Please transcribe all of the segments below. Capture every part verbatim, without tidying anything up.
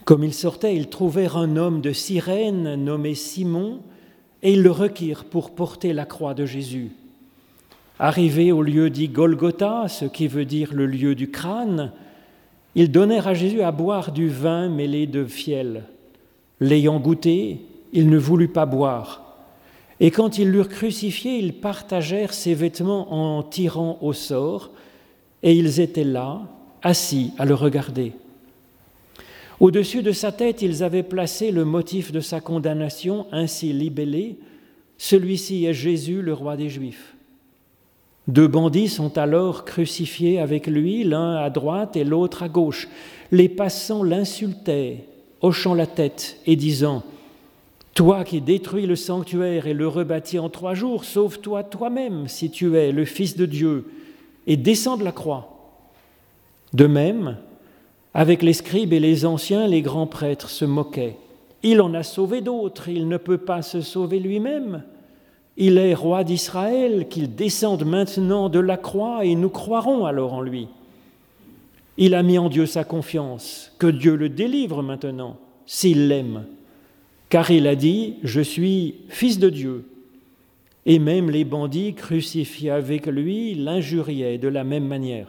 Comme ils sortaient, ils trouvèrent un homme de Cyrène nommé Simon, et ils le requirent pour porter la croix de Jésus. Arrivés au lieu dit Golgotha, ce qui veut dire le lieu du crâne, ils donnèrent à Jésus à boire du vin mêlé de fiel. L'ayant goûté, il ne voulut pas boire. Et quand ils l'eurent crucifié, ils partagèrent ses vêtements en tirant au sort, et ils étaient là, assis à le regarder. Au-dessus de sa tête, ils avaient placé le motif de sa condamnation, ainsi libellé, « Celui-ci est Jésus, le roi des Juifs ». Deux bandits sont alors crucifiés avec lui, l'un à droite et l'autre à gauche. Les passants l'insultaient, hochant la tête et disant « Toi qui détruis le sanctuaire et le rebâtis en trois jours, sauve-toi toi-même si tu es le Fils de Dieu et descends de la croix. » De même, avec les scribes et les anciens, les grands prêtres se moquaient. « Il en a sauvé d'autres, il ne peut pas se sauver lui-même. Il est roi d'Israël, qu'il descende maintenant de la croix et nous croirons alors en lui. Il a mis en Dieu sa confiance, que Dieu le délivre maintenant, s'il l'aime. Car il a dit, je suis fils de Dieu. » Et même les bandits crucifiés avec lui l'injuriaient de la même manière.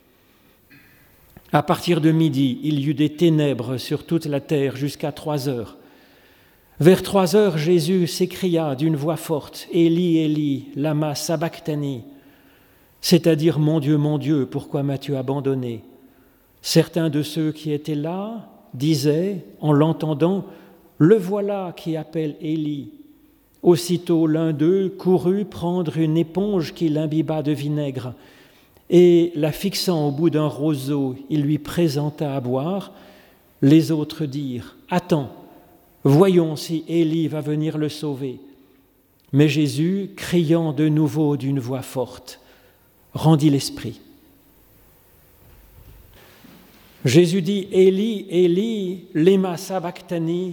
À partir de midi, il y eut des ténèbres sur toute la terre jusqu'à trois heures. Vers trois heures, Jésus s'écria d'une voix forte, « Élie, Élie, lama sabachthani » c'est-à-dire « Mon Dieu, mon Dieu, pourquoi m'as-tu abandonné » Certains de ceux qui étaient là disaient, en l'entendant, « Le voilà qui appelle Élie » Aussitôt l'un d'eux courut prendre une éponge qu'il imbiba de vinaigre, et la fixant au bout d'un roseau, il lui présenta à boire. Les autres dirent « Attends, voyons si Élie va venir le sauver. » Mais Jésus, criant de nouveau d'une voix forte, rendit l'esprit. Jésus dit « Élie, Élie, lema sabachthani »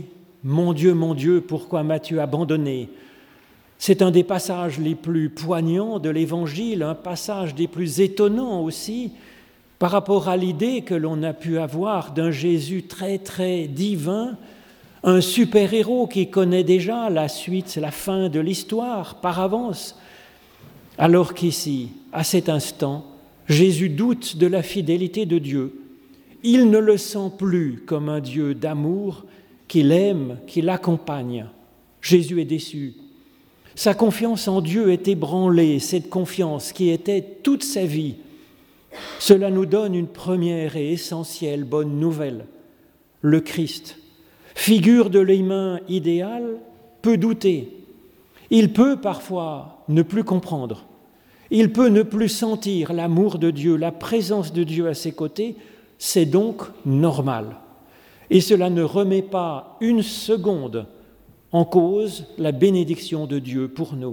Mon Dieu, mon Dieu, pourquoi m'as-tu abandonné ? C'est un des passages les plus poignants de l'Évangile, un passage des plus étonnants aussi, par rapport à l'idée que l'on a pu avoir d'un Jésus très, très divin, un super-héros qui connaît déjà la suite, la fin de l'histoire par avance, alors qu'ici, à cet instant, Jésus doute de la fidélité de Dieu. Il ne le sent plus comme un Dieu d'amour, qu'il aime, qu'il accompagne. Jésus est déçu. Sa confiance en Dieu est ébranlée, cette confiance qui était toute sa vie. Cela nous donne une première et essentielle bonne nouvelle. Le Christ, figure de l'humain idéal, peut douter. Il peut parfois ne plus comprendre. Il peut ne plus sentir l'amour de Dieu, la présence de Dieu à ses côtés. C'est donc normal. Et cela ne remet pas une seconde en cause la bénédiction de Dieu pour nous.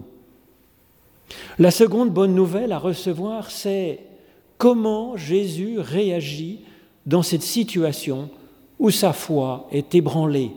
La seconde bonne nouvelle à recevoir, c'est comment Jésus réagit dans cette situation où sa foi est ébranlée.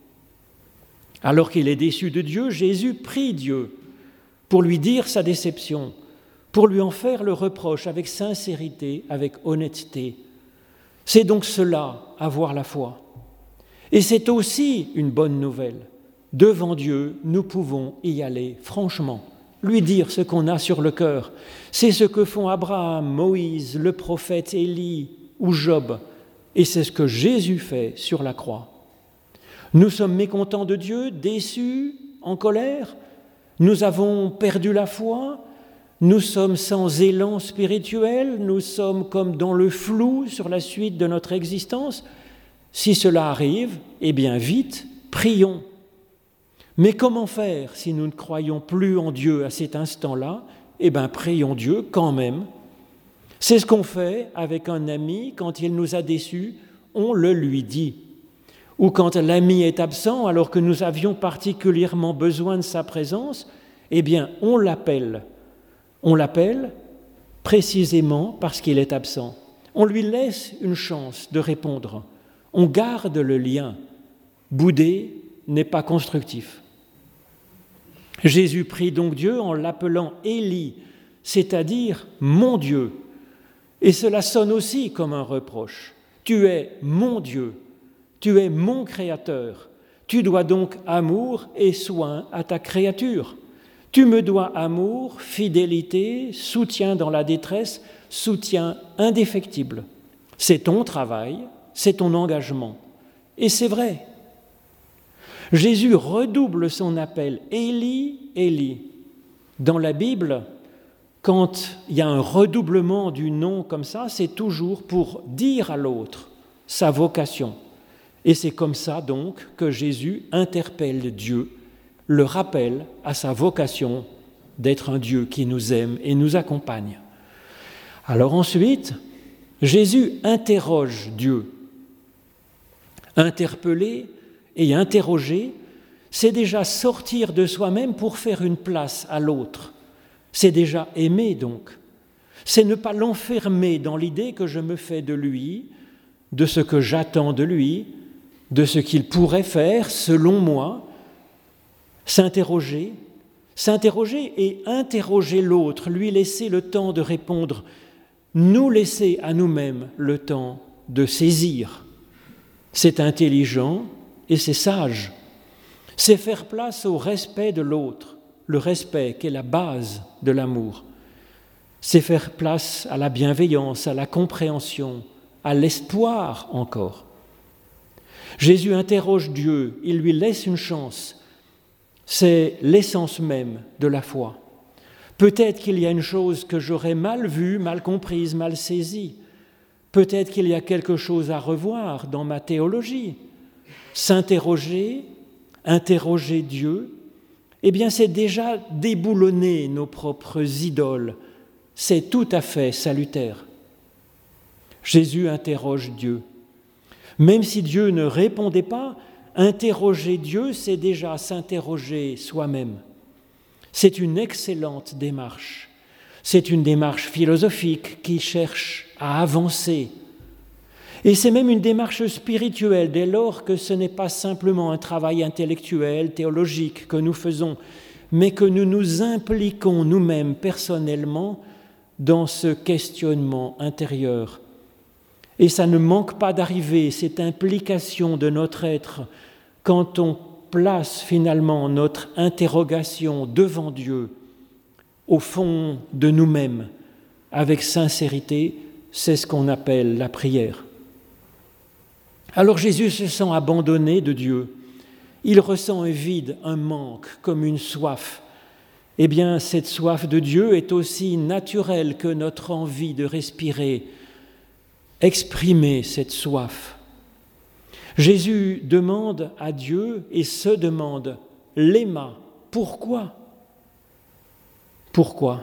Alors qu'il est déçu de Dieu, Jésus prie Dieu pour lui dire sa déception, pour lui en faire le reproche avec sincérité, avec honnêteté. C'est donc cela, avoir la foi. Et c'est aussi une bonne nouvelle. Devant Dieu, nous pouvons y aller franchement, lui dire ce qu'on a sur le cœur. C'est ce que font Abraham, Moïse, le prophète Élie ou Job, et c'est ce que Jésus fait sur la croix. Nous sommes mécontents de Dieu, déçus, en colère. Nous avons perdu la foi. Nous sommes sans élan spirituel. Nous sommes comme dans le flou sur la suite de notre existence. Si cela arrive, eh bien vite, prions. Mais comment faire si nous ne croyons plus en Dieu à cet instant-là ? Eh bien, prions Dieu quand même. C'est ce qu'on fait avec un ami quand il nous a déçus, on le lui dit. Ou quand l'ami est absent alors que nous avions particulièrement besoin de sa présence, eh bien, on l'appelle. On l'appelle précisément parce qu'il est absent. On lui laisse une chance de répondre. On garde le lien. Bouder n'est pas constructif. Jésus prie donc Dieu en l'appelant Élie, c'est-à-dire « mon Dieu ». Et cela sonne aussi comme un reproche. Tu es mon Dieu, Tu es mon Créateur. Tu dois donc amour et soin à ta créature. Tu me dois amour, fidélité, soutien dans la détresse, soutien indéfectible. C'est ton travail, c'est ton engagement. Et c'est vrai. Jésus redouble son appel. Élie, Élie. Dans la Bible, quand il y a un redoublement du nom comme ça, c'est toujours pour dire à l'autre sa vocation. Et c'est comme ça donc que Jésus interpelle Dieu, le rappelle à sa vocation d'être un Dieu qui nous aime et nous accompagne. Alors ensuite, Jésus interroge Dieu. Interpeller et interroger, c'est déjà sortir de soi-même pour faire une place à l'autre. C'est déjà aimer donc. C'est ne pas l'enfermer dans l'idée que je me fais de lui, de ce que j'attends de lui, de ce qu'il pourrait faire selon moi. S'interroger, s'interroger et interroger l'autre, lui laisser le temps de répondre, nous laisser à nous-mêmes le temps de saisir. C'est intelligent et c'est sage. C'est faire place au respect de l'autre, le respect qui est la base de l'amour. C'est faire place à la bienveillance, à la compréhension, à l'espoir encore. Jésus interroge Dieu, il lui laisse une chance. C'est l'essence même de la foi. Peut-être qu'il y a une chose que j'aurais mal vue, mal comprise, mal saisie. Peut-être qu'il y a quelque chose à revoir dans ma théologie. S'interroger, interroger Dieu, eh bien c'est déjà déboulonner nos propres idoles. C'est tout à fait salutaire. Jésus interroge Dieu. Même si Dieu ne répondait pas, interroger Dieu, c'est déjà s'interroger soi-même. C'est une excellente démarche. C'est une démarche philosophique qui cherche à avancer. Et c'est même une démarche spirituelle, dès lors que ce n'est pas simplement un travail intellectuel, théologique que nous faisons, mais que nous nous impliquons nous-mêmes personnellement dans ce questionnement intérieur. Et ça ne manque pas d'arriver, cette implication de notre être, quand on place finalement notre interrogation devant Dieu, au fond de nous-mêmes, avec sincérité, c'est ce qu'on appelle la prière. Alors Jésus se sent abandonné de Dieu. Il ressent un vide, un manque, comme une soif. Eh bien, cette soif de Dieu est aussi naturelle que notre envie de respirer. Exprimer cette soif. Jésus demande à Dieu et se demande, Léma, pourquoi ? Pourquoi ?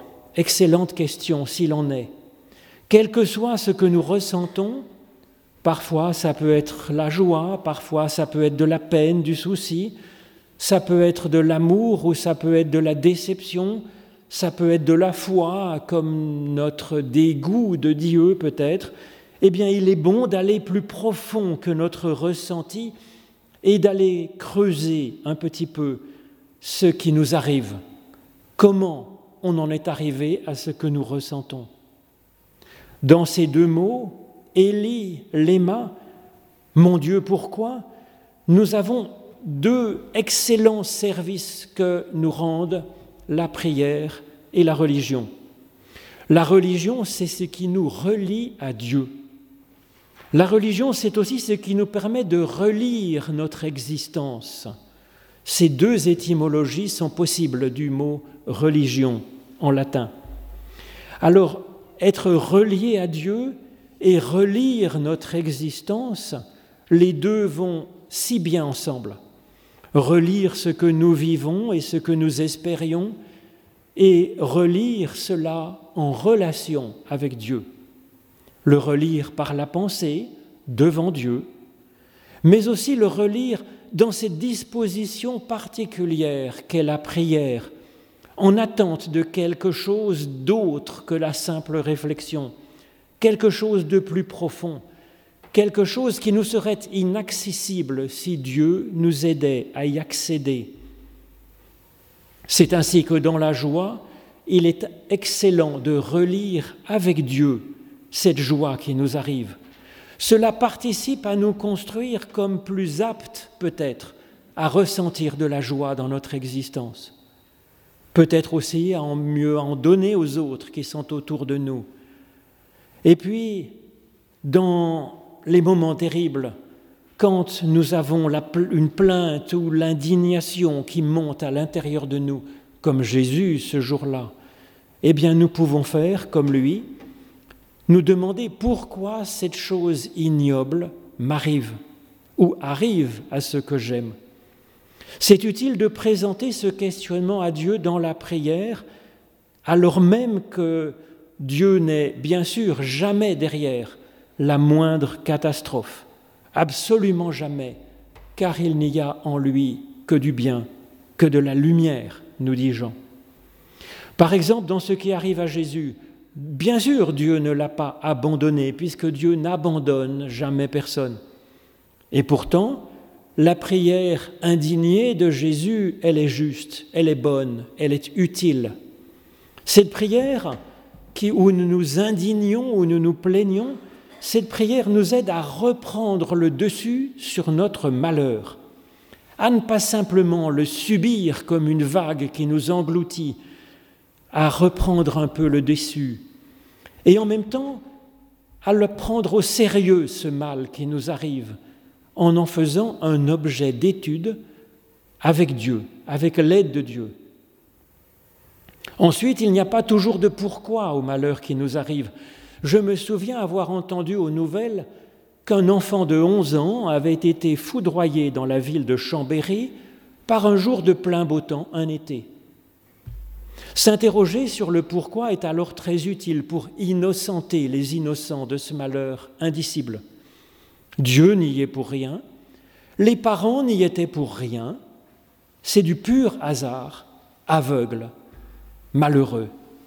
Excellente question s'il en est. Quel que soit ce que nous ressentons, parfois ça peut être la joie, parfois ça peut être de la peine, du souci, ça peut être de l'amour ou ça peut être de la déception, ça peut être de la foi comme notre dégoût de Dieu peut-être. Eh bien, il est bon d'aller plus profond que notre ressenti et d'aller creuser un petit peu ce qui nous arrive. Comment on en est arrivé à ce que nous ressentons. Dans ces deux mots, Élie, Léma, mon Dieu, pourquoi ? Nous avons deux excellents services que nous rendent la prière et la religion. La religion, c'est ce qui nous relie à Dieu. La religion, c'est aussi ce qui nous permet de relire notre existence. Ces deux étymologies sont possibles du mot religion en latin. Alors, être relié à Dieu et relire notre existence, les deux vont si bien ensemble. Relire ce que nous vivons et ce que nous espérions et relire cela en relation avec Dieu. Le relire par la pensée, devant Dieu, mais aussi le relire dans cette disposition particulière qu'est la prière, en attente de quelque chose d'autre que la simple réflexion, quelque chose de plus profond, quelque chose qui nous serait inaccessible si Dieu nous aidait à y accéder. C'est ainsi que dans la joie, il est excellent de relire avec Dieu cette joie qui nous arrive. Cela participe à nous construire comme plus aptes, peut-être, à ressentir de la joie dans notre existence. Peut-être aussi à en mieux en donner aux autres qui sont autour de nous. Et puis, dans les moments terribles, quand nous avons la, une plainte ou l'indignation qui monte à l'intérieur de nous, comme Jésus ce jour-là, eh bien nous pouvons faire comme lui, nous demander pourquoi cette chose ignoble m'arrive ou arrive à ceux que j'aime. C'est utile de présenter ce questionnement à Dieu dans la prière, alors même que Dieu n'est bien sûr jamais derrière la moindre catastrophe, absolument jamais, car il n'y a en lui que du bien, que de la lumière, nous dit Jean. Par exemple, dans ce qui arrive à Jésus, bien sûr Dieu ne l'a pas abandonné, puisque Dieu n'abandonne jamais personne. Et pourtant, la prière indignée de Jésus, elle est juste, elle est bonne, elle est utile. Cette prière qui, où nous nous indignons, où nous nous plaignons, cette prière nous aide à reprendre le dessus sur notre malheur, à ne pas simplement le subir comme une vague qui nous engloutit, à reprendre un peu le dessus, et en même temps à le prendre au sérieux, ce mal qui nous arrive, en en faisant un objet d'étude avec Dieu, avec l'aide de Dieu. Ensuite, il n'y a pas toujours de pourquoi au malheur qui nous arrive. Je me souviens avoir entendu aux nouvelles qu'un enfant de onze ans avait été foudroyé dans la ville de Chambéry par un jour de plein beau temps, un été. S'interroger sur le pourquoi est alors très utile pour innocenter les innocents de ce malheur indicible. Dieu n'y est pour rien, les parents n'y étaient pour rien, c'est du pur hasard, aveugle, malheureux.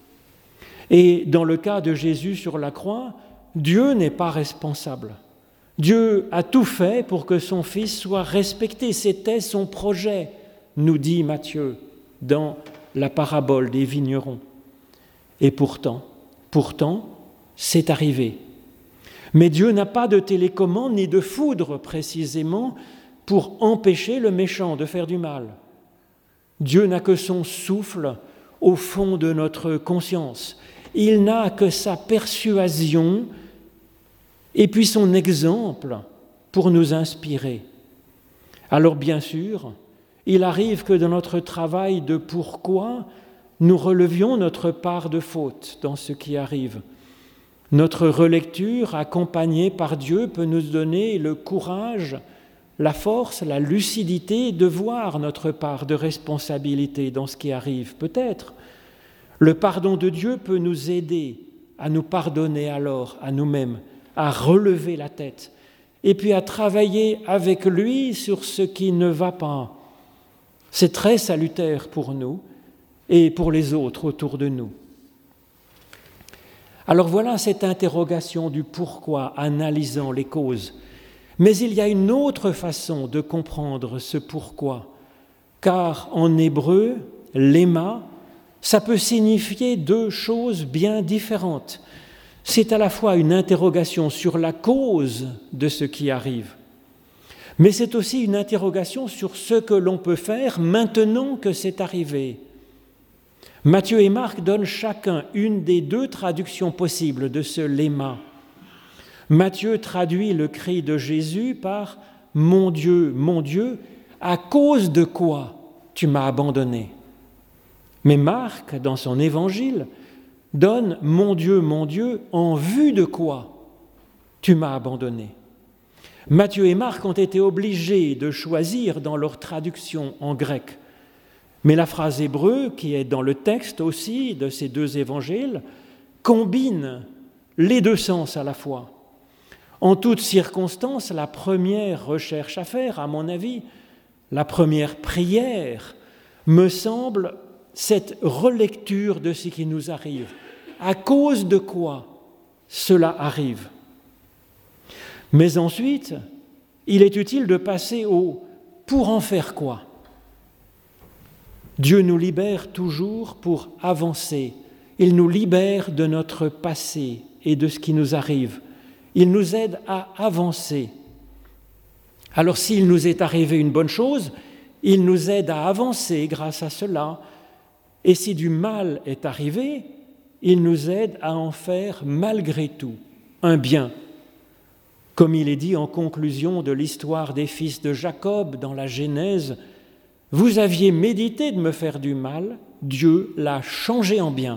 Et dans le cas de Jésus sur la croix, Dieu n'est pas responsable. Dieu a tout fait pour que son Fils soit respecté, c'était son projet, nous dit Matthieu dans la parabole des vignerons. Et pourtant, pourtant, c'est arrivé. Mais Dieu n'a pas de télécommande ni de foudre précisément pour empêcher le méchant de faire du mal. Dieu n'a que son souffle au fond de notre conscience. Il n'a que sa persuasion et puis son exemple pour nous inspirer. Alors bien sûr, il arrive que dans notre travail de pourquoi, nous relevions notre part de faute dans ce qui arrive. Notre relecture, accompagnée par Dieu, peut nous donner le courage, la force, la lucidité de voir notre part de responsabilité dans ce qui arrive, peut-être. Le pardon de Dieu peut nous aider à nous pardonner alors à nous-mêmes, à relever la tête, et puis à travailler avec lui sur ce qui ne va pas. C'est très salutaire pour nous et pour les autres autour de nous. Alors voilà cette interrogation du pourquoi, analysant les causes. Mais il y a une autre façon de comprendre ce pourquoi, car en hébreu, léma, ça peut signifier deux choses bien différentes. C'est à la fois une interrogation sur la cause de ce qui arrive, mais c'est aussi une interrogation sur ce que l'on peut faire maintenant que c'est arrivé. Matthieu et Marc donnent chacun une des deux traductions possibles de ce léma. Matthieu traduit le cri de Jésus par « Mon Dieu, mon Dieu, à cause de quoi tu m'as abandonné ?» Mais Marc, dans son évangile, donne « Mon Dieu, mon Dieu, en vue de quoi tu m'as abandonné ?» Matthieu et Marc ont été obligés de choisir dans leur traduction en grec. Mais la phrase hébreu, qui est dans le texte aussi de ces deux évangiles, combine les deux sens à la fois. En toutes circonstances, la première recherche à faire, à mon avis, la première prière, me semble cette relecture de ce qui nous arrive. À cause de quoi cela arrive ? Mais ensuite, il est utile de passer au « pour en faire quoi ?» Dieu nous libère toujours pour avancer. Il nous libère de notre passé et de ce qui nous arrive. il nous aide à avancer. Alors s'il nous est arrivé une bonne chose, il nous aide à avancer grâce à cela. Et si du mal est arrivé, il nous aide à en faire malgré tout un bien. Comme il est dit en conclusion de l'histoire des fils de Jacob dans la Genèse, « Vous aviez médité de me faire du mal, Dieu l'a changé en bien. »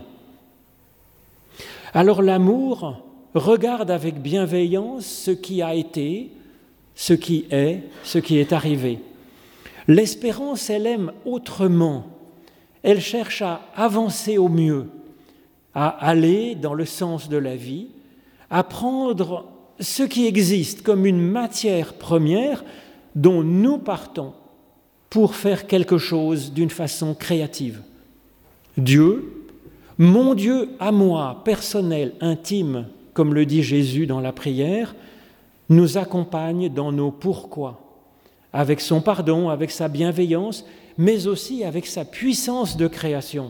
Alors l'amour regarde avec bienveillance ce qui a été, ce qui est, ce qui est arrivé. L'espérance, elle aime autrement. Elle cherche à avancer au mieux, à aller dans le sens de la vie, à prendre ce qui existe comme une matière première dont nous partons pour faire quelque chose d'une façon créative. Dieu, mon Dieu à moi, personnel, intime, comme le dit Jésus dans la prière, nous accompagne dans nos pourquoi, avec son pardon, avec sa bienveillance, mais aussi avec sa puissance de création.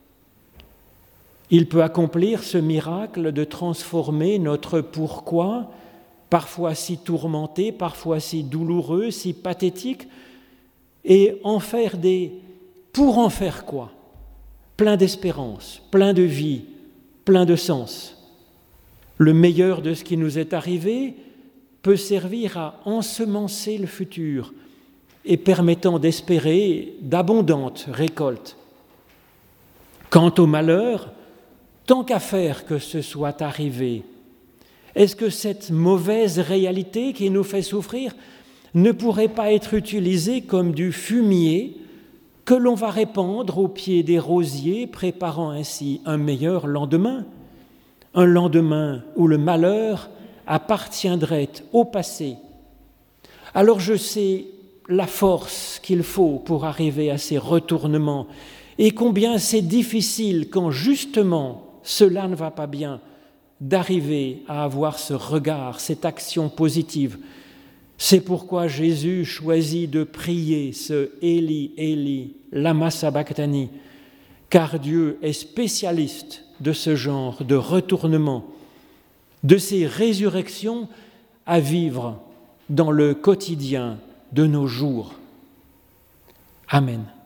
Il peut accomplir ce miracle de transformer notre pourquoi, parfois si tourmenté, parfois si douloureux, si pathétique, et en faire des « pour en faire quoi ?» plein d'espérance, plein de vie, plein de sens. Le meilleur de ce qui nous est arrivé peut servir à ensemencer le futur et permettant d'espérer d'abondantes récoltes. Quant au malheur, tant qu'à faire que ce soit arrivé, est-ce que cette mauvaise réalité qui nous fait souffrir ne pourrait pas être utilisée comme du fumier que l'on va répandre au pied des rosiers, préparant ainsi un meilleur lendemain, un lendemain où le malheur appartiendrait au passé. Alors je sais la force qu'il faut pour arriver à ces retournements et combien c'est difficile quand justement cela ne va pas bien d'arriver à avoir ce regard, cette action positive. C'est pourquoi Jésus choisit de prier ce « Éli, Éli, lama sabachthani », car Dieu est spécialiste de ce genre de retournement, de ces résurrections à vivre dans le quotidien de nos jours. Amen.